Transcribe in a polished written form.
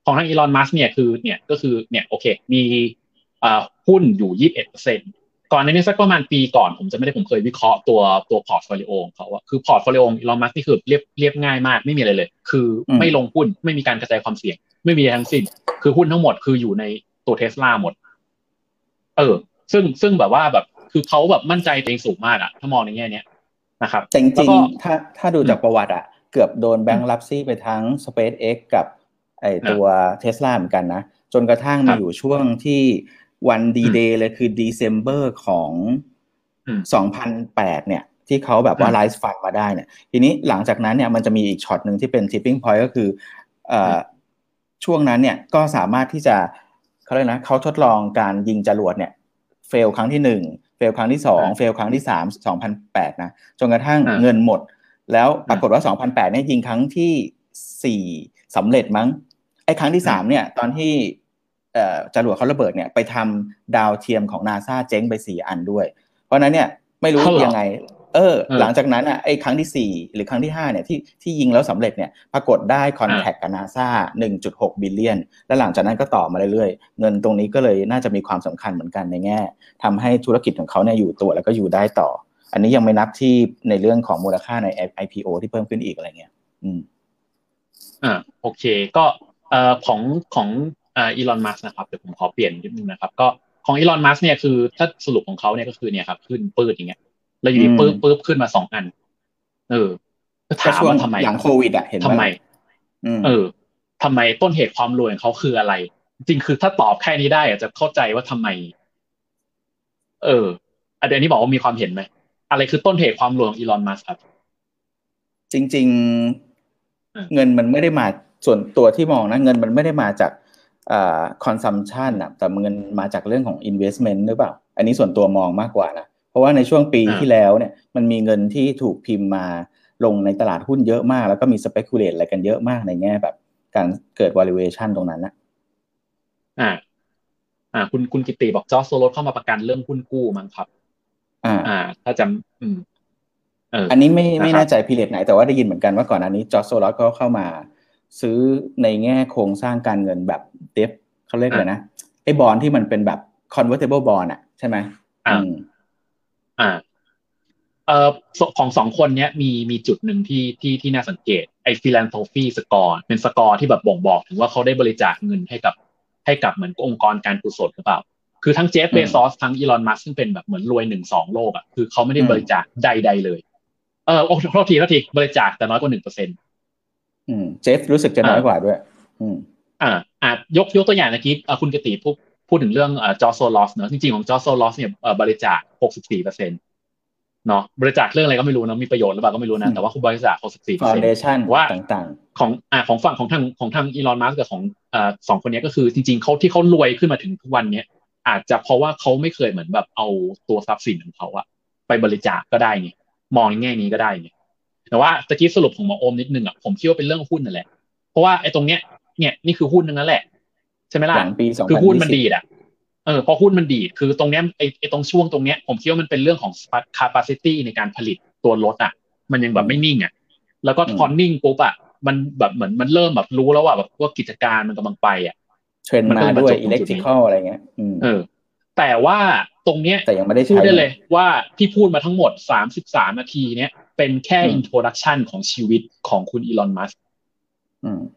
ของทางอีลอนมัสก์เนี่ยคือเนี่ยก็คือเนี่ยโอเคมีหุ้นอยู่ 21%ก่อนในนี้สักประมาณปีก่อนผมจะไม่ได้ผมเคยวิเคราะห์ตัวพอร์ตโฟลิโอของเขาอะคือพอร์ตโฟลิโออีลอนมัสก์นี่คือเรียบง่ายมากไม่มีอะไรเลยคือไม่ลงหุ้นไม่มีการกระจายความเสี่ยงไม่มีทั้งสิ้นคือหุ้นทั้งหมดคืออยู่ในตัว Tesla หมดซึ่งแบบว่าแบบคือเขาแบบมั่นใจตัวเองสูงมากอะถ้ามองในแง่นี้นะครับแต่จริงๆถ้าดูจากประวัติอะเกือบโดนแบงก์รับซี่ไปทั้ง SpaceX กับไอตัว Tesla เหมือนกันนะจนกระทั่งมีอยู่ช่วงที่วันดีเดย์เลยคือ December ของ2008เนี่ยที่เขาแบบว่าไลฟ์ฟันมาได้เนี่ยทีนี้หลังจากนั้นเนี่ยมันจะมีอีกช็อตหนึ่งที่เป็น tipping point ก็คือช่วงนั้นเนี่ยก็สามารถที่จะเขาเรียกนะเขาทดลองการยิงจรวดเนี่ยเฟลครั้งที่1เฟลครั้งที่2เฟลครั้งที่3 2008นะจนกระทั่งเงินหมดแล้วปรากฏว่า2008เนี่ยยิงครั้งที่4สำเร็จมั้งไอ้ครั้งที่3เนี่ยตอนที่จรวดเขาระเบิดเนี่ยไปทำดาวเทียมของ NASA เจ๊งไป4 อันด้วยเพราะนั้นเนี่ยไม่รู้ยังไงหลังจากนั้นอ่ะไอ้ครั้งที่4หรือครั้งที่5เนี่ยที่ยิงแล้วสำเร็จเนี่ยปรากฏได้คอนแทคกับ NASA 1.6 บิลเลียนแล้วหลังจากนั้นก็ต่อมาเรื่อยๆเงินตรงนี้ก็เลยน่าจะมีความสำคัญเหมือนกันในแง่ทำให้ธุรกิจของเขาเนี่ยอยู่ตัวแล้วก็อยู่ได้ต่ออันนี้ยังไม่นับที่ในเรื่องของมูลค่าใน IPO ที่เพิ่มขึ้นอีกอะไรเงี้ยโอเคก็ของอีลอนมัสก์นะครับเดี๋ยวผมขอเปลี่ยนนิดนึงนะครับก็ของอีลอนมัสก์เนี่ยคือถ้าสรุปของเขาเนี่ยก็คือเนี่ยครับขึ้นปื้ดอย่างเงี้ยแล้วอยู่ดีปื้ดขึ้นมา2 อันก็ถามว่าทำไมหลังโควิดอ่ะเห็นไหมทำไมทำไมต้นเหตุความรวยของเขาคืออะไรจริงคือถ้าตอบแค่นี้ได้จะเข้าใจว่าทำไมอันนี้บอกว่ามีความเห็นไหมอะไรคือต้นเหตุความรวยของอีลอนมัสก์ครับจริงๆเงินมันไม่ได้มาส่วนตัวที่มองนะเงินมันไม่ได้มาจากconsumption นะแต่เงินมาจากเรื่องของ investment หรือเปล่าอันนี้ส่วนตัวมองมากกว่านะเพราะว่าในช่วงปีที่แล้วเนี่ยมันมีเงินที่ถูกพิมพ์มาลงในตลาดหุ้นเยอะมากแล้วก็มี speculate อะไรกันเยอะมากในแง่แบบการเกิด valuation ตรงนั้นนะคุณกิติบอกจอร์จโซโรสเข้ามาประกันเรื่องหุ้นกู้มั้งครับถ้าจำอันนี้ไม่แน่ใจพีเรียดไหนแต่ว่าได้ยินเหมือนกันว่าก่อนอันนี้จอร์จโซโรสก็เข้ามาซื้อในแง่โครงสร้างการเงินแบบเดฟเขาเรียกอะไรนะไอ้บอนด์ที่มันเป็นแบบ convertible bond อ่ะใช่ไหมของ2 คนเนี้ยมีจุดหนึ่งที่น่าสังเกตไอ้ philanthropy score เป็นสกอร์ที่แบบบ่งบอกถึงว่าเขาได้บริจาคเงินให้กับเหมือนองค์กรการกุศลหรือเปล่าคือทั้งเจฟเบซอสทั้งอีลอนมัสก์ซึ่งเป็นแบบเหมือนรวย1-2โลกอ่ะคือเขาไม่ได้บริจาคใดๆเลยโทษทีบริจาคแต่น้อยกว่า 1% เจฟรู้สึกจะน้อยกว่าด้วยยกตัวอย่างเมื่อกี้คุณกติพูดถึงเรื่องจอร์จโซลอสเนอะจริงๆของจอร์จโซลอสเนี่ยบริจาค 64%เนาะบริจาคเรื่องอะไรก็ไม่รู้นะมีประโยชน์หรือเปล่าก็ไม่รู้นะแต่ว่าคุณบริจาค 64% Foundation ว่าต่างๆของฝั่งของทางอีลอนมัสก์กับของ2 คนนี้ก็คือจริงๆเขาที่เขารวยขึ้นมาถึงทุกวันนี้อาจจะเพราะว่าเขาไม่เคยเหมือนแบบเอาตัวทรัพย์สินของเขาอะไปบริจาคก็ได้ไงมองในแง่นี้ก็ได้ไงแต่ว่าตะกี้สรุปของหมอโอมนิดนึงอะผมคิดว่าเป็นเรื่องหุ้นนั่นแหละเพราะว่าไอ้ตรงเนี้ยเนี่ยนี่คือหุ้นนั่นแหละใช่ไหมล่ะหลังปีคือหุ้นมันดีดอ่ะพอหุ้นมันดีดคือตรงเนี้ยไอ้ตรงช่วงตรงเนี้ยผมคิดว่ามันเป็นเรื่องของ capacity ในการผลิตตัวรถอ่ะมันยังแบบไม่นิ่งอ่ะแล้วก็พอนิ่งปุ๊บอ่ะมันแบบเหมือนมันเริ่มแบบรู้แล้วว่ากิจการมันกำลังไปอ่ะเทรนด์มาด้วย electrical อะไรเงี้ยแต่ว่าตรงเนี้ยแต่ยังไม่ได้พูดใช้ได้เลยว่าที่พูดมาทั้งหมด33 นาทีเนี้ยเป็นแค่ introduction ของชีวิตของคุณอีลอนมัสก์